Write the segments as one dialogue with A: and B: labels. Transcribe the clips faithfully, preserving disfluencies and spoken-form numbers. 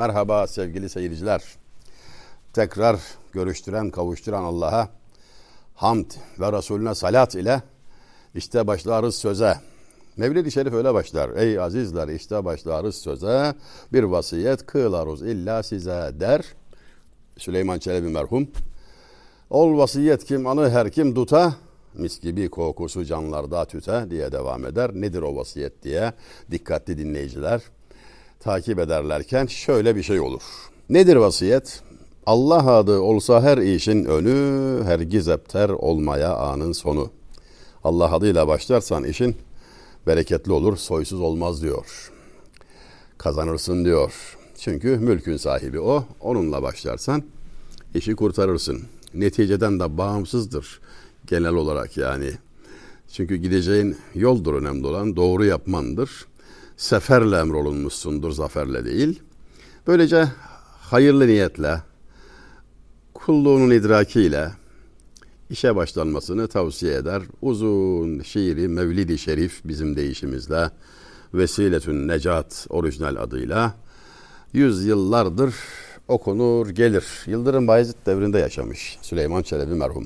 A: Merhaba sevgili seyirciler. Tekrar görüştüren, kavuşturan Allah'a hamd ve Resulüne salat ile işte başlarız söze. Mevlid-i Şerif öyle başlar. Ey azizler, işte başlarız söze, bir vasiyet kılarız illa size der Süleyman Çelebi merhum. Ol vasiyet kim anı her kim tuta, mis gibi kokusu canlarda tüte diye devam eder. Nedir o vasiyet diye dikkatli dinleyiciler takip ederlerken şöyle bir şey olur. Nedir vasiyet? Allah adı olsa her işin önü, hergiz epter olmaya anın sonu. Allah adıyla başlarsan işin bereketli olur, soysuz olmaz diyor. Kazanırsın diyor. Çünkü mülkün sahibi o. Onunla başlarsan işi kurtarırsın. Neticeden de bağımsızdır genel olarak yani. Çünkü gideceğin yoldur önemli olan, doğru yapmandır. Seferle emrolunmuşsundur, zaferle değil. Böylece hayırlı niyetle, kulluğunun idrakiyle işe başlanmasını tavsiye eder. Uzun şiiri Mevlid-i Şerif bizim deyişimizle, Vesiletün Necat orijinal adıyla yüzyıllardır okunur gelir. Yıldırım Bayezid devrinde yaşamış Süleyman Çelebi merhum.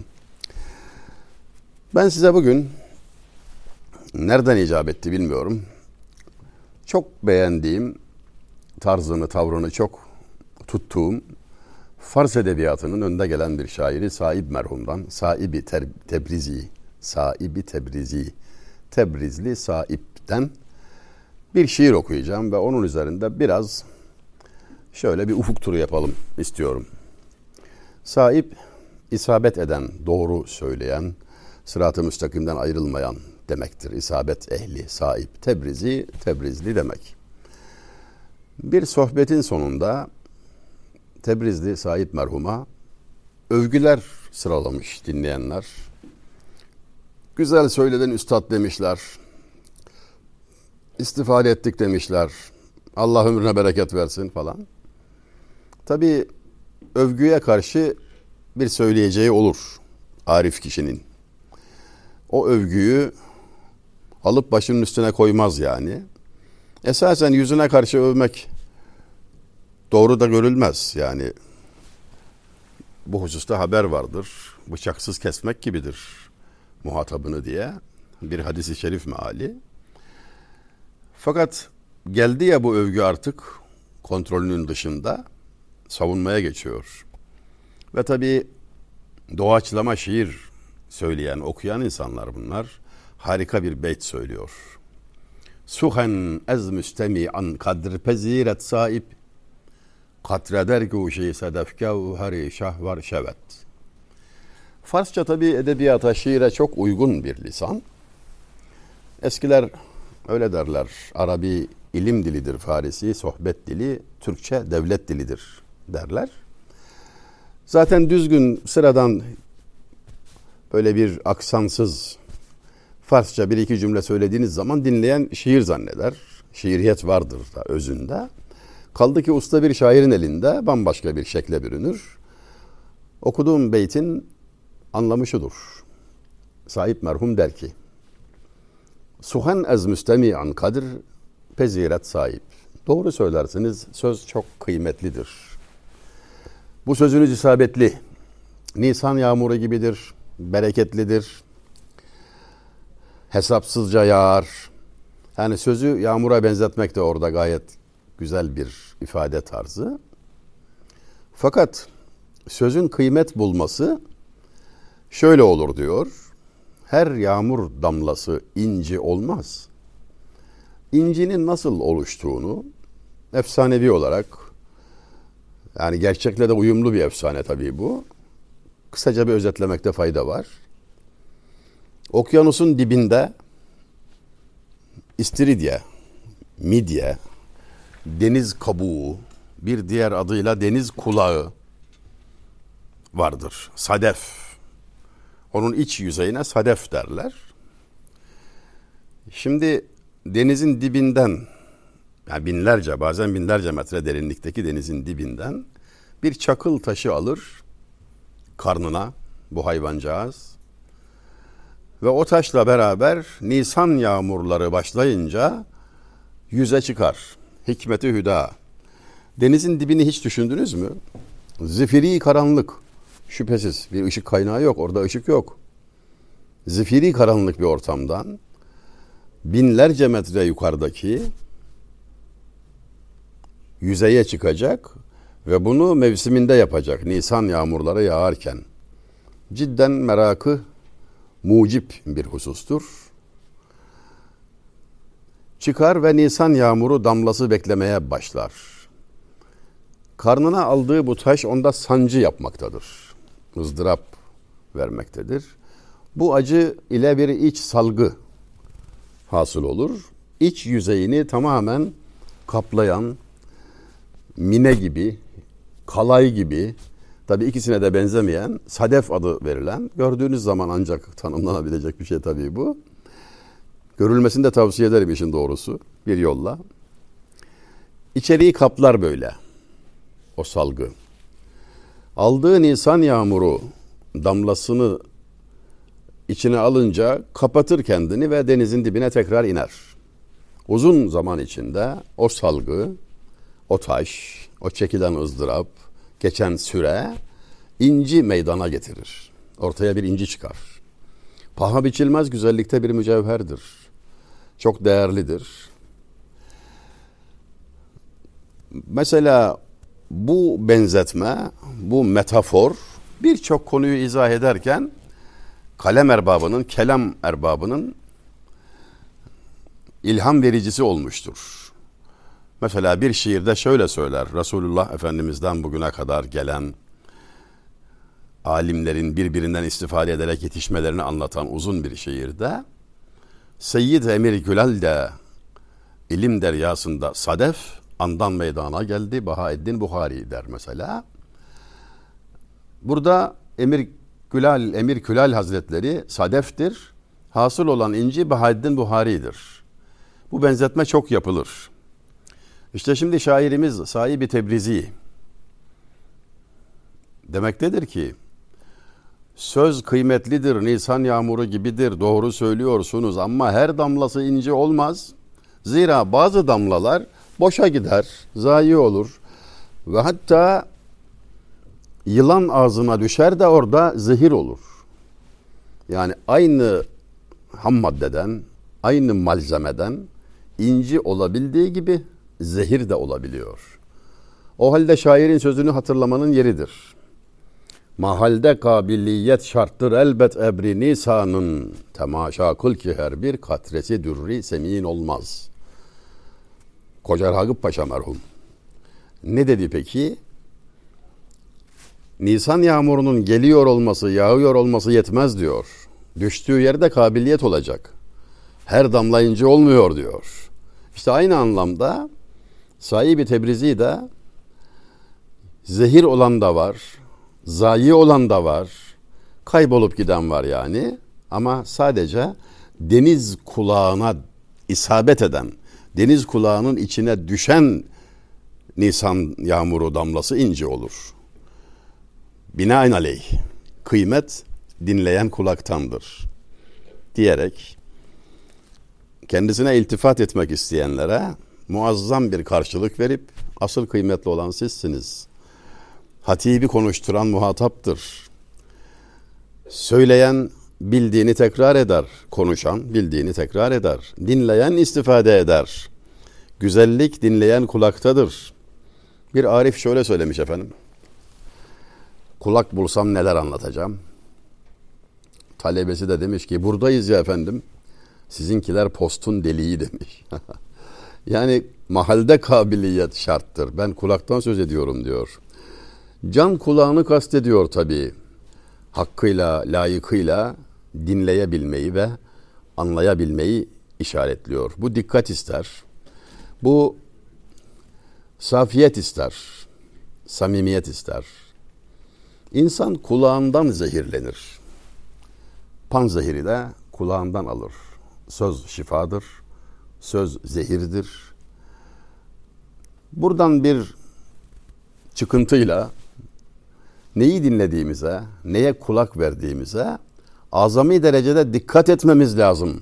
A: Ben size bugün nereden icap etti bilmiyorum. Çok beğendiğim, tarzını, tavrını çok tuttuğum Fars edebiyatının önde gelen bir şairi Saib merhumdan, Saib-i Tebrizi, Saib-i Tebrizi, Tebrizli Saib'den bir şiir okuyacağım ve onun üzerinde biraz şöyle bir ufuk turu yapalım istiyorum. Saib, isabet eden, doğru söyleyen, sırat-ı müstakimden ayrılmayan demektir. İsabet ehli, Saib, Tebrizi, Tebrizli demek. Bir sohbetin sonunda Tebrizli Saib merhuma övgüler sıralamış dinleyenler. Güzel söyledin üstad demişler. İstifade ettik demişler. Allah ömrüne bereket versin falan. Tabii övgüye karşı bir söyleyeceği olur arif kişinin. O övgüyü alıp başının üstüne koymaz yani. Esasen yüzüne karşı övmek doğru da görülmez. Yani bu hususta haber vardır. Bıçaksız kesmek gibidir muhatabını diye bir hadis-i şerif meali. Fakat geldi ya bu övgü artık kontrolünün dışında savunmaya geçiyor. Ve tabii doğaçlama şiir söyleyen, okuyan insanlar bunlar. Harika bir beyt söylüyor. Suhen ez müstemi'an kadr peziret saib katreder guşi sedefkevheri şahvar şevet. Farsça tabii edebiyata, şiire çok uygun bir lisan. Eskiler öyle derler. Arabi ilim dilidir Farisi, sohbet dili, Türkçe devlet dilidir derler. Zaten düzgün, sıradan böyle bir aksansız Farsça bir iki cümle söylediğiniz zaman dinleyen şiir zanneder. Şiiriyet vardır da özünde. Kaldı ki usta bir şairin elinde bambaşka bir şekle bürünür. Okuduğum beytin anlamı şudur. Saib merhum der ki, Suhen ez müstemi'an kadir peziret sahip. Doğru söylersiniz, söz çok kıymetlidir. Bu sözünüz isabetli. Nisan yağmuru gibidir, bereketlidir. Hesapsızca yağar. Yani sözü yağmura benzetmek de orada gayet güzel bir ifade tarzı. Fakat sözün kıymet bulması şöyle olur diyor. Her yağmur damlası inci olmaz. İncinin nasıl oluştuğunu efsanevi olarak, yani gerçekle de uyumlu bir efsane tabii bu, kısaca bir özetlemekte fayda var. Okyanusun dibinde İstiridye, midye, deniz kabuğu, bir diğer adıyla deniz kulağı vardır. Sadef. Onun iç yüzeyine sadef derler. Şimdi denizin dibinden, yani binlerce, bazen binlerce metre derinlikteki denizin dibinden bir çakıl taşı alır karnına bu hayvancağız. Ve o taşla beraber Nisan yağmurları başlayınca yüze çıkar. Hikmeti hüda. Denizin dibini hiç düşündünüz mü? Zifiri karanlık. Şüphesiz bir ışık kaynağı yok. Orada ışık yok. Zifiri karanlık bir ortamdan binlerce metre yukarıdaki yüzeye çıkacak ve bunu mevsiminde yapacak. Nisan yağmurları yağarken. Cidden merakı mucip bir husustur. Çıkar ve Nisan yağmuru damlası beklemeye başlar. Karnına aldığı bu taş onda sancı yapmaktadır. ızdırap vermektedir. Bu acı ile bir iç salgı hasıl olur. İç yüzeyini tamamen kaplayan mine gibi, kalay gibi, tabii ikisine de benzemeyen sadef adı verilen, gördüğünüz zaman ancak tanımlanabilecek bir şey tabii bu. Görülmesini de tavsiye ederim işin doğrusu bir yolla. İçeriği kaplar böyle o salgı. Aldığı Nisan yağmuru damlasını içine alınca kapatır kendini ve denizin dibine tekrar iner. Uzun zaman içinde o salgı, o taş, o çekilen ızdırap, geçen süre inci meydana getirir. Ortaya bir inci çıkar. Paha biçilmez güzellikte bir mücevherdir. Çok değerlidir. Mesela bu benzetme, bu metafor birçok konuyu izah ederken kalem erbabının, kelam erbabının ilham vericisi olmuştur. Mesela bir şiirde şöyle söyler, Resulullah Efendimiz'den bugüne kadar gelen alimlerin birbirinden istifade ederek yetişmelerini anlatan uzun bir şiirde, Seyyid Emir Gülal de ilim deryasında sadef, andan meydana geldi Bahaeddin Buhari der mesela. Burada Emir Gülal, Emir Külal Hazretleri sadeftir. Hasıl olan inci Bahaeddin Buhari'dir. Bu benzetme çok yapılır. İşte şimdi şairimiz Sahibi Tebrizi demektedir ki, söz kıymetlidir, Nisan yağmuru gibidir, doğru söylüyorsunuz ama her damlası inci olmaz. Zira bazı damlalar boşa gider, zayi olur ve hatta yılan ağzına düşer de orada zehir olur. Yani aynı ham maddeden, aynı malzemeden inci olabildiği gibi zehir de olabiliyor. O halde şairin sözünü hatırlamanın yeridir. Mahalde kabiliyet şarttır elbet ebri nisanın, temaşa kıl ki her bir katresi dürri semin olmaz. Koca Ragıp Paşa merhum. Ne dedi peki? Nisan yağmurunun geliyor olması, yağıyor olması yetmez diyor. Düştüğü yerde kabiliyet olacak. Her damlayınca olmuyor diyor. İşte aynı anlamda Sahibi Tebrizi de zehir olan da var, zayi olan da var, kaybolup giden var yani. Ama sadece deniz kulağına isabet eden, deniz kulağının içine düşen Nisan yağmuru damlası inci olur. Binaenaleyh kıymet dinleyen kulaktandır diyerek kendisine iltifat etmek isteyenlere muazzam bir karşılık verip asıl kıymetli olan sizsiniz. Hatibi konuşturan muhataptır. Söyleyen bildiğini tekrar eder, konuşan bildiğini tekrar eder, dinleyen istifade eder. Güzellik dinleyen kulaktadır. Bir arif şöyle söylemiş efendim. Kulak bulsam neler anlatacağım. Talebesi de demiş ki buradayız ya efendim. Sizinkiler postun deliği demiş. Yani mahalde kabiliyet şarttır. Ben kulaktan söz ediyorum diyor. Can kulağını kastediyor tabii. Hakkıyla, layıkıyla dinleyebilmeyi ve anlayabilmeyi işaretliyor. Bu dikkat ister. Bu safiyet ister. Samimiyet ister. İnsan kulağından zehirlenir. Panzehiri de kulağından alır. Söz şifadır. Söz zehirdir. Buradan bir çıkıntıyla neyi dinlediğimize, neye kulak verdiğimize azami derecede dikkat etmemiz lazım.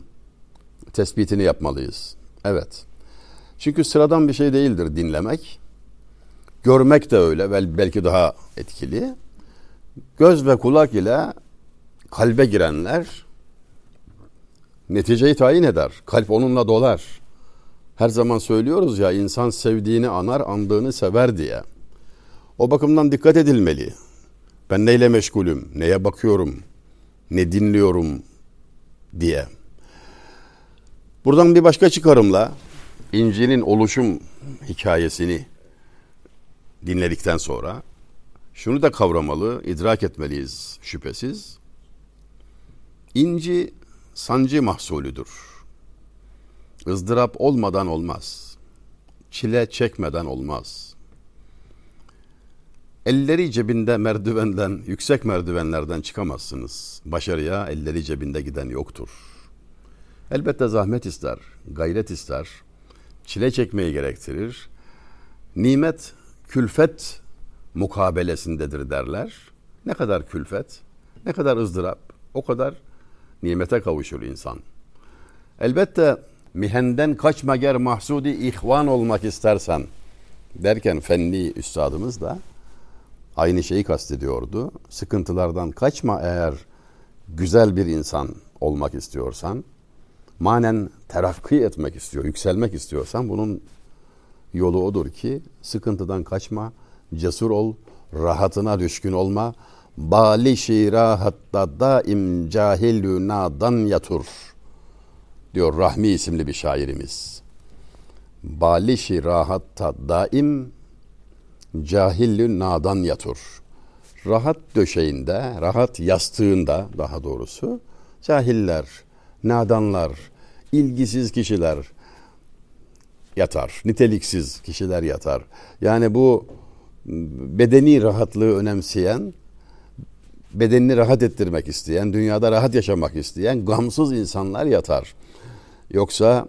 A: Tespitini yapmalıyız. Evet. Çünkü sıradan bir şey değildir dinlemek. Görmek de öyle, belki daha etkili. Göz ve kulak ile kalbe girenler neticeyi tayin eder. Kalp onunla dolar. Her zaman söylüyoruz ya, insan sevdiğini anar, andığını sever diye. O bakımdan dikkat edilmeli. Ben neyle meşgulüm, neye bakıyorum, ne dinliyorum diye. Buradan bir başka çıkarımla İncil'in oluşum hikayesini dinledikten sonra şunu da kavramalı, idrak etmeliyiz şüphesiz. İnci sancı mahsulüdür. ızdırap olmadan olmaz. Çile çekmeden olmaz. Elleri cebinde merdivenden, yüksek merdivenlerden çıkamazsınız. Başarıya elleri cebinde giden yoktur. Elbette zahmet ister, gayret ister, çile çekmeyi gerektirir. Nimet, külfet mukabelesindedir derler. Ne kadar külfet, ne kadar ızdırap, o kadar nimete kavuşur insan. Elbette mihenden kaçma ger mahsudi ihvan olmak istersen derken fenli üstadımız da aynı şeyi kastediyordu. Sıkıntılardan kaçma eğer güzel bir insan olmak istiyorsan, manen terakki etmek istiyor, yükselmek istiyorsan bunun yolu odur ki sıkıntıdan kaçma, cesur ol, rahatına düşkün olma. Bali rahatta daim cahilü nadan yatur diyor Rahmi isimli bir şairimiz. Bali rahatta daim cahilü nadan yatur. Rahat döşeğinde, rahat yastığında daha doğrusu cahiller, nadanlar, ilgisiz kişiler yatar. Niteliksiz kişiler yatar. Yani bu bedeni rahatlığı önemseyen, bedenini rahat ettirmek isteyen, dünyada rahat yaşamak isteyen gamsız insanlar yatar. Yoksa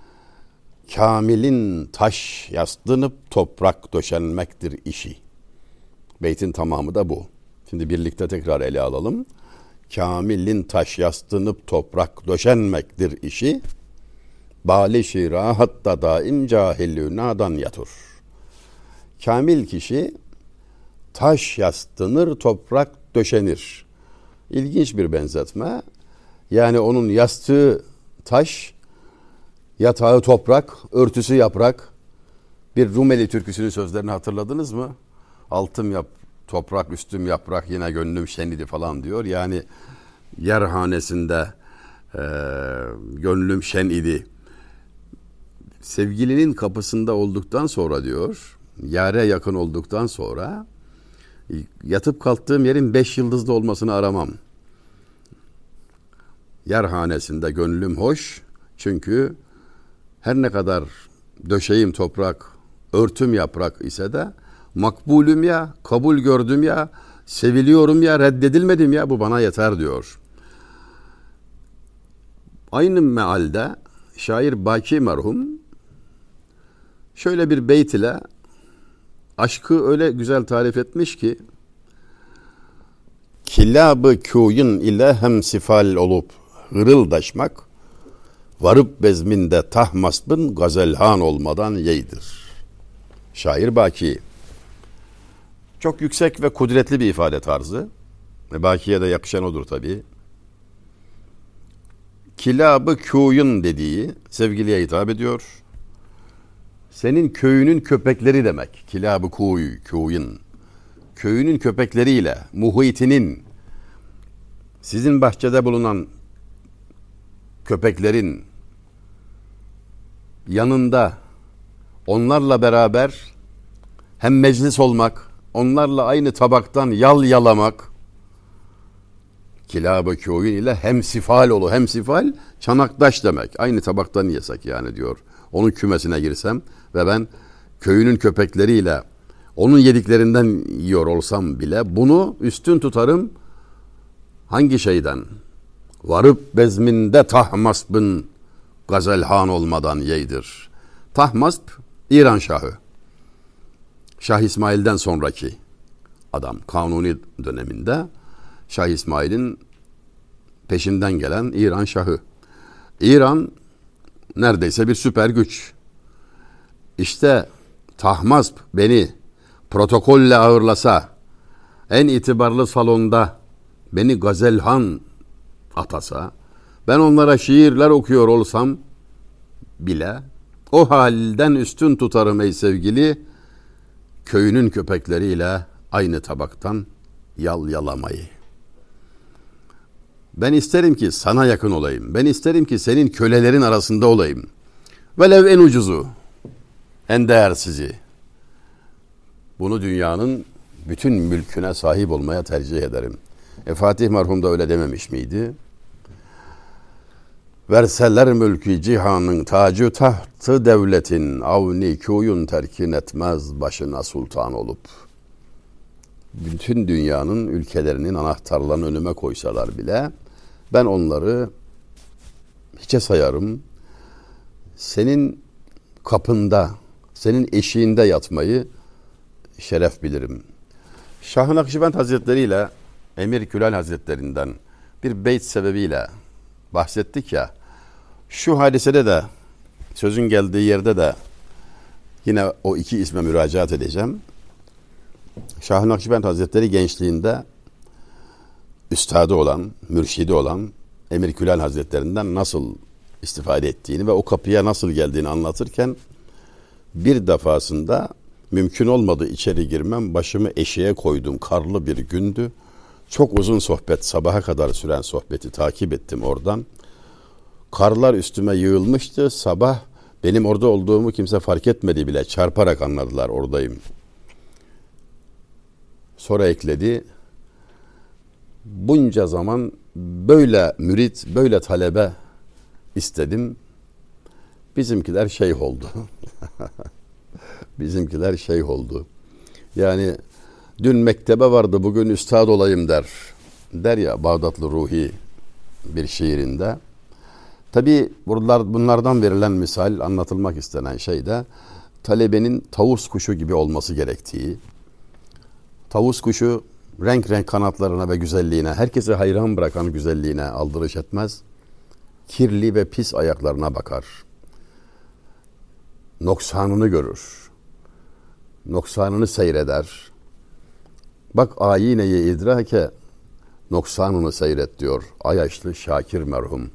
A: kamilin taş yaslanıp toprak döşenmektir işi. Beytin tamamı da bu. Şimdi birlikte tekrar ele alalım. Kamilin taş yaslanıp toprak döşenmektir işi. Balişi rahatta daim cahillü nadan yatur. Kamil kişi taş yaslanır, toprak döşenir. İlginç bir benzetme. Yani onun yastığı taş, yatağı toprak, örtüsü yaprak. Bir Rumeli türküsünün sözlerini hatırladınız mı? Altım yap, toprak üstüm yaprak, yine gönlüm şen idi falan diyor. Yani yerhanesinde e, gönlüm şen idi. Sevgilinin kapısında olduktan sonra diyor, yâre yakın olduktan sonra yatıp kalktığım yerin beş yıldızlı olmasını aramam. Yerhanesinde gönlüm hoş, çünkü her ne kadar döşeğim toprak, örtüm yaprak ise de makbulüm ya, kabul gördüm ya, seviliyorum ya, reddedilmedim ya, bu bana yeter diyor. Aynı mealde şair Baki merhum şöyle bir beyt ile aşkı öyle güzel tarif etmiş ki, kilab-ı kûyun ile hemsifal olup hırıldaşmak, varıp bezminde tahmasbın gazelhan olmadan yeydir. Şair Baki. Çok yüksek ve kudretli bir ifade tarzı. Ve Baki'ye de yakışan odur tabii. Kilab-ı kûyun dediği sevgiliye hitap ediyor. Senin köyünün köpekleri demek. Kilab-ı kûy, kûyun. Köyünün köpekleriyle, muhitinin, sizin bahçede bulunan köpeklerin yanında onlarla beraber hem meclis olmak, onlarla aynı tabaktan yal yalamak, kilab-ı kûyun ile hemsifal olu. Hemsifal çanaktaş demek. Aynı tabaktan yesek yani diyor. Onun kümesine girsem ve ben köyünün köpekleriyle onun yediklerinden yiyor olsam bile bunu üstün tutarım. Hangi şeyden? Varıp bezminde tahmasbın gazelhan olmadan yeydir. Tahmasp İran Şahı. Şah İsmail'den sonraki adam. Kanuni döneminde Şah İsmail'in peşinden gelen İran Şahı. İran neredeyse bir süper güç. İşte Tahmasp beni protokolle ağırlasa, en itibarlı salonda beni gazelhan atasa, ben onlara şiirler okuyor olsam bile o halden üstün tutarım ey sevgili, köyünün köpekleriyle aynı tabaktan yal yalamayı. Ben isterim ki sana yakın olayım. Ben isterim ki senin kölelerin arasında olayım. Velev en ucuzu, en değersizi. Bunu dünyanın bütün mülküne sahip olmaya tercih ederim. E Fatih merhum da öyle dememiş miydi? Verseler mülkü cihanın tacı tahtı devletin, avni kuyun terkin etmez başına sultan olup. Bütün dünyanın ülkelerinin anahtarlarını önüme koysalar bile ben onları hiçe sayarım. Senin kapında, senin eşiğinde yatmayı şeref bilirim. Şah-ı Nakşibend Hazretleri ile Emir Külal Hazretlerinden bir beyt sebebiyle bahsettik ya, şu hadisede de sözün geldiği yerde de yine o iki isme müracaat edeceğim. Şah-ı Nakşibend Hazretleri gençliğinde üstadı olan, mürşidi olan Emir Külal Hazretlerinden nasıl istifade ettiğini ve o kapıya nasıl geldiğini anlatırken bir defasında mümkün olmadı içeri girmem, başımı eşeğe koydum, karlı bir gündü. Çok uzun sohbet, sabaha kadar süren sohbeti takip ettim oradan. Karlar üstüme yığılmıştı, sabah benim orada olduğumu kimse fark etmedi bile, çarparak anladılar oradayım. Sonra ekledi, bunca zaman böyle mürit, böyle talebe istedim. Bizimkiler şeyh oldu. Bizimkiler şeyh oldu. Yani dün mektebe vardı, bugün üstad olayım der. Der ya Bağdatlı Ruhi bir şiirinde. Tabii bunlar, bunlardan verilen misal, anlatılmak istenen şey de talebenin tavus kuşu gibi olması gerektiği. Tavus kuşu renk renk kanatlarına ve güzelliğine, herkesi hayran bırakan güzelliğine aldırış etmez. Kirli ve pis ayaklarına bakar. Noksanını görür. Noksanını seyreder. Bak ayineyi idrake noksanını seyret diyor Ayaşlı Şakir merhum.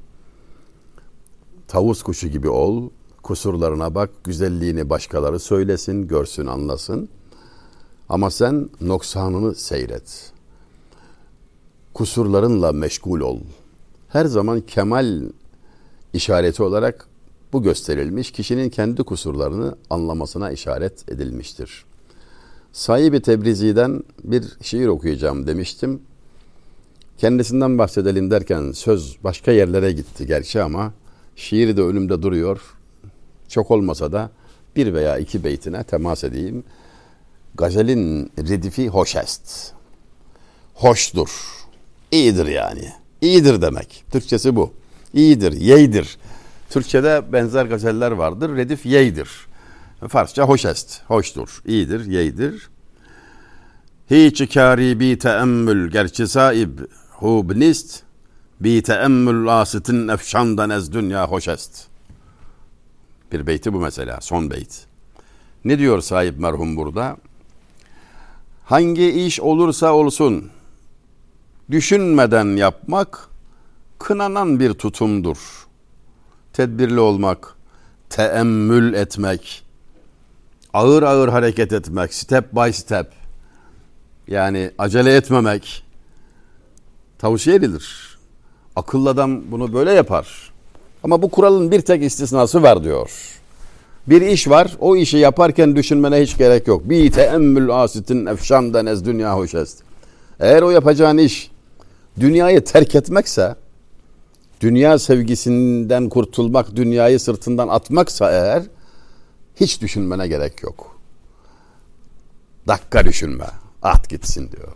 A: Tavus kuşu gibi ol, kusurlarına bak, güzelliğini başkaları söylesin, görsün, anlasın. Ama sen noksanını seyret. Kusurlarınla meşgul ol. Her zaman kemal işareti olarak bu gösterilmiş, kişinin kendi kusurlarını anlamasına işaret edilmiştir. Sahibi Tebrizi'den bir şiir okuyacağım demiştim. Kendisinden bahsedelim derken söz başka yerlere gitti gerçi ama şiiri de önümde duruyor. Çok olmasa da bir veya iki beytine temas edeyim. Gazelin redifi hoş est. Hoştur. İyidir yani. İyidir demek. Türkçesi bu. İyidir, yeydir. Türkçede benzer gazeller vardır. Redif yeydir. Farsça hoş est. Hoştur. İyidir, yeydir. Hiç kâri bi teemmül gerçi sahib hub nist bi teemmül asıtın efşandan ez dünya hoş est. Bir beyti bu mesela. Son beyt. Ne diyor sahip merhum burada? Hangi iş olursa olsun düşünmeden yapmak kınanan bir tutumdur. Tedbirli olmak, teemmül etmek, ağır ağır hareket etmek, step by step, yani acele etmemek tavsiye edilir. Akıllı adam bunu böyle yapar. Ama bu kuralın bir tek istisnası var diyor. Bir iş var, o işi yaparken düşünmene hiç gerek yok. Bi teemmül asitin efşamdan ez dünya hoşest. Eğer o yapacağın iş dünyayı terk etmekse, dünya sevgisinden kurtulmak, dünyayı sırtından atmaksa eğer, hiç düşünmene gerek yok. Dakika düşünme, at gitsin diyor.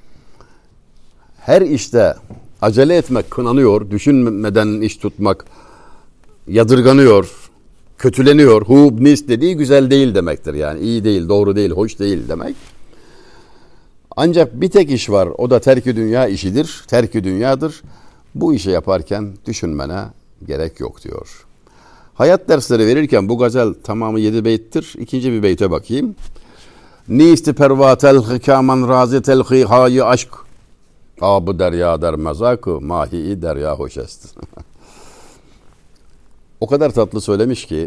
A: Her işte acele etmek kınanıyor, düşünmeden iş tutmak yadırganıyor, kötüleniyor. Hub nis dediği güzel değil demektir yani. İyi değil, doğru değil, hoş değil demek. Ancak bir tek iş var, o da terk-i dünya işidir, terk-i dünyadır. Bu işi yaparken düşünmene gerek yok diyor. Hayat dersleri verirken bu gazel tamamı yedi beyttir. İkinci bir beyte bakayım. Nisti pervatel hikaman razi telhihayı aşk. Abu derya der mezakı, mahi derya hoş est. O kadar tatlı söylemiş ki,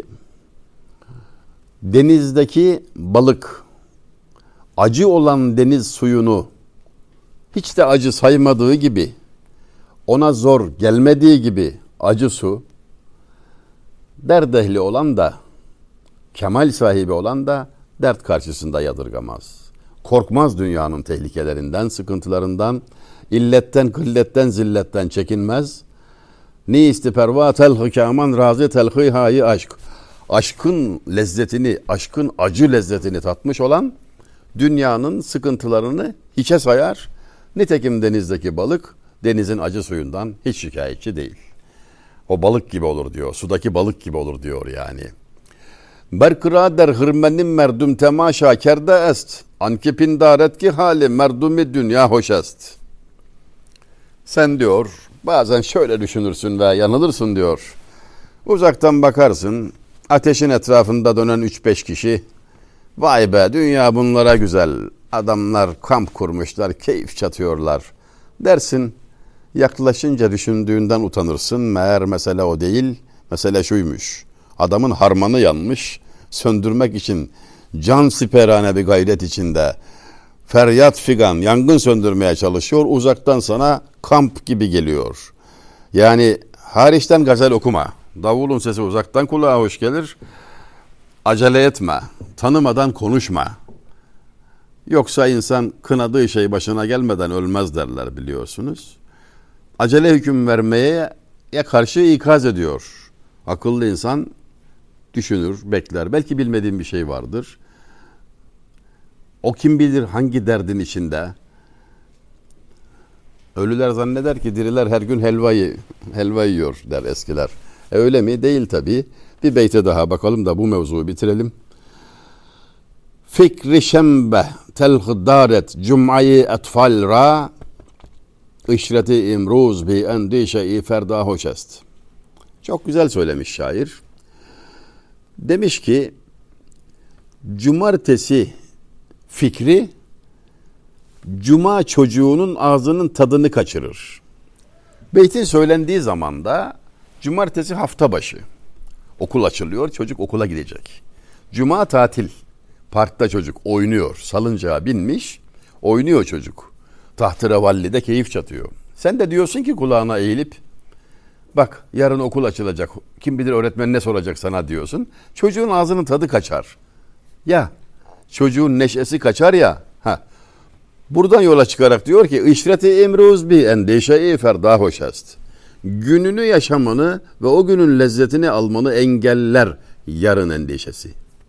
A: denizdeki balık, acı olan deniz suyunu hiç de acı saymadığı gibi, ona zor gelmediği gibi acı su, dert ehli olan da, kemal sahibi olan da dert karşısında yadırgamaz. Korkmaz dünyanın tehlikelerinden, sıkıntılarından, illetten, kılletten, zilletten çekinmez. Ni istiperva tel hikaman razı telhihayı aşk. Aşkın lezzetini, aşkın acı lezzetini tatmış olan dünyanın sıkıntılarını hiçe sayar. Nitekim denizdeki balık denizin acı suyundan hiç şikayetçi değil. O balık gibi olur diyor. Sudaki balık gibi olur diyor yani. Berkıra der hırmenim merdum temaşa kerde est. Anki pindaret ki hali merdumi dünya hoş est. Sen diyor bazen şöyle düşünürsün ve yanılırsın diyor. Uzaktan bakarsın ateşin etrafında dönen üç beş kişi. Vay be dünya bunlara güzel. Adamlar kamp kurmuşlar, keyif çatıyorlar. Dersin yaklaşınca düşündüğünden utanırsın. Meğer mesele o değil, mesele şuymuş. Adamın harmanı yanmış, söndürmek için can siperhane bir gayret içinde feryat figan, yangın söndürmeye çalışıyor. Uzaktan sana kamp gibi geliyor. Yani hariçten gazel okuma. Davulun sesi uzaktan kulağa hoş gelir. Acele etme, tanımadan konuşma. Yoksa insan kınadığı şey başına gelmeden ölmez derler biliyorsunuz. Acele hüküm vermeye ya karşı ikaz ediyor. Akıllı insan düşünür, bekler. Belki bilmediğin bir şey vardır. O kim bilir hangi derdin içinde. Ölüler zanneder ki diriler her gün helvayı, helva yiyor der eskiler. E öyle mi? Değil tabii. Bir beyte daha bakalım da bu mevzuyu bitirelim. Fikri şembe telhdaret cum'ayı etfal ra işreti imruz bi endişe-i ferda hoş est. Çok güzel söylemiş şair. Demiş ki cumartesi fikri cuma çocuğunun ağzının tadını kaçırır. Beytin söylendiği zaman da cumartesi hafta başı. Okul açılıyor, çocuk okula gidecek. Cuma tatil. Parkta çocuk oynuyor. Salıncağa binmiş, oynuyor çocuk. Taht-ı keyif çatıyor. Sen de diyorsun ki kulağına eğilip, bak yarın okul açılacak, kim bilir öğretmen ne soracak sana diyorsun. Çocuğun ağzının tadı kaçar. Ya çocuğun neşesi kaçar ya. Ha. Buradan yola çıkarak diyor ki işreti emruz bi endişe-i ferda hoş est. Gününü yaşamanı ve o günün lezzetini almanı engeller yarın endişesi.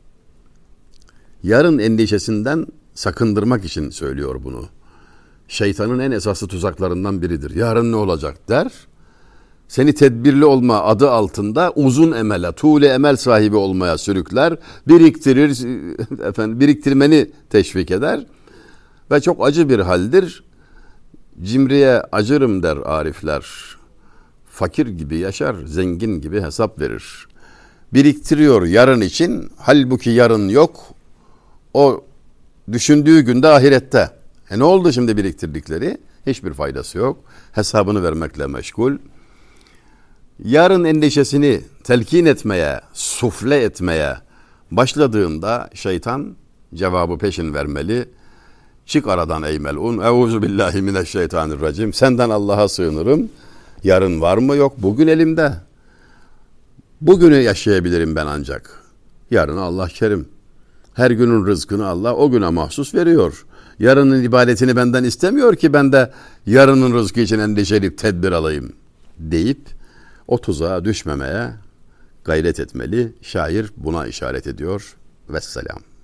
A: Yarın endişesinden sakındırmak için söylüyor bunu. Şeytanın en esaslı tuzaklarından biridir. Yarın ne olacak der. Seni tedbirli olma adı altında uzun emele, tuğle emel sahibi olmaya sürükler. Biriktirir, efendim, biriktirmeni teşvik eder. Ve çok acı bir haldir. Cimriye acırım der arifler. Fakir gibi yaşar, zengin gibi hesap verir. Biriktiriyor yarın için, halbuki yarın yok. O düşündüğü günde ahirette. E ne oldu şimdi biriktirdikleri? Hiçbir faydası yok. Hesabını vermekle meşgul. Yarın endişesini telkin etmeye, sufle etmeye başladığında şeytan cevabı peşin vermeli. Çık aradan ey melun. Euzu billahi mineşşeytanirracim. Senden Allah'a sığınırım. Yarın var mı yok. Bugün elimde. Bugünü yaşayabilirim ben ancak. Yarın Allah kerim. Her günün rızkını Allah o güne mahsus veriyor. Yarının ibadetini benden istemiyor ki ben de yarının rızkı için endişeleyip tedbir alayım deyip o tuzağa düşmemeye gayret etmeli. Şair buna işaret ediyor. Vesselam.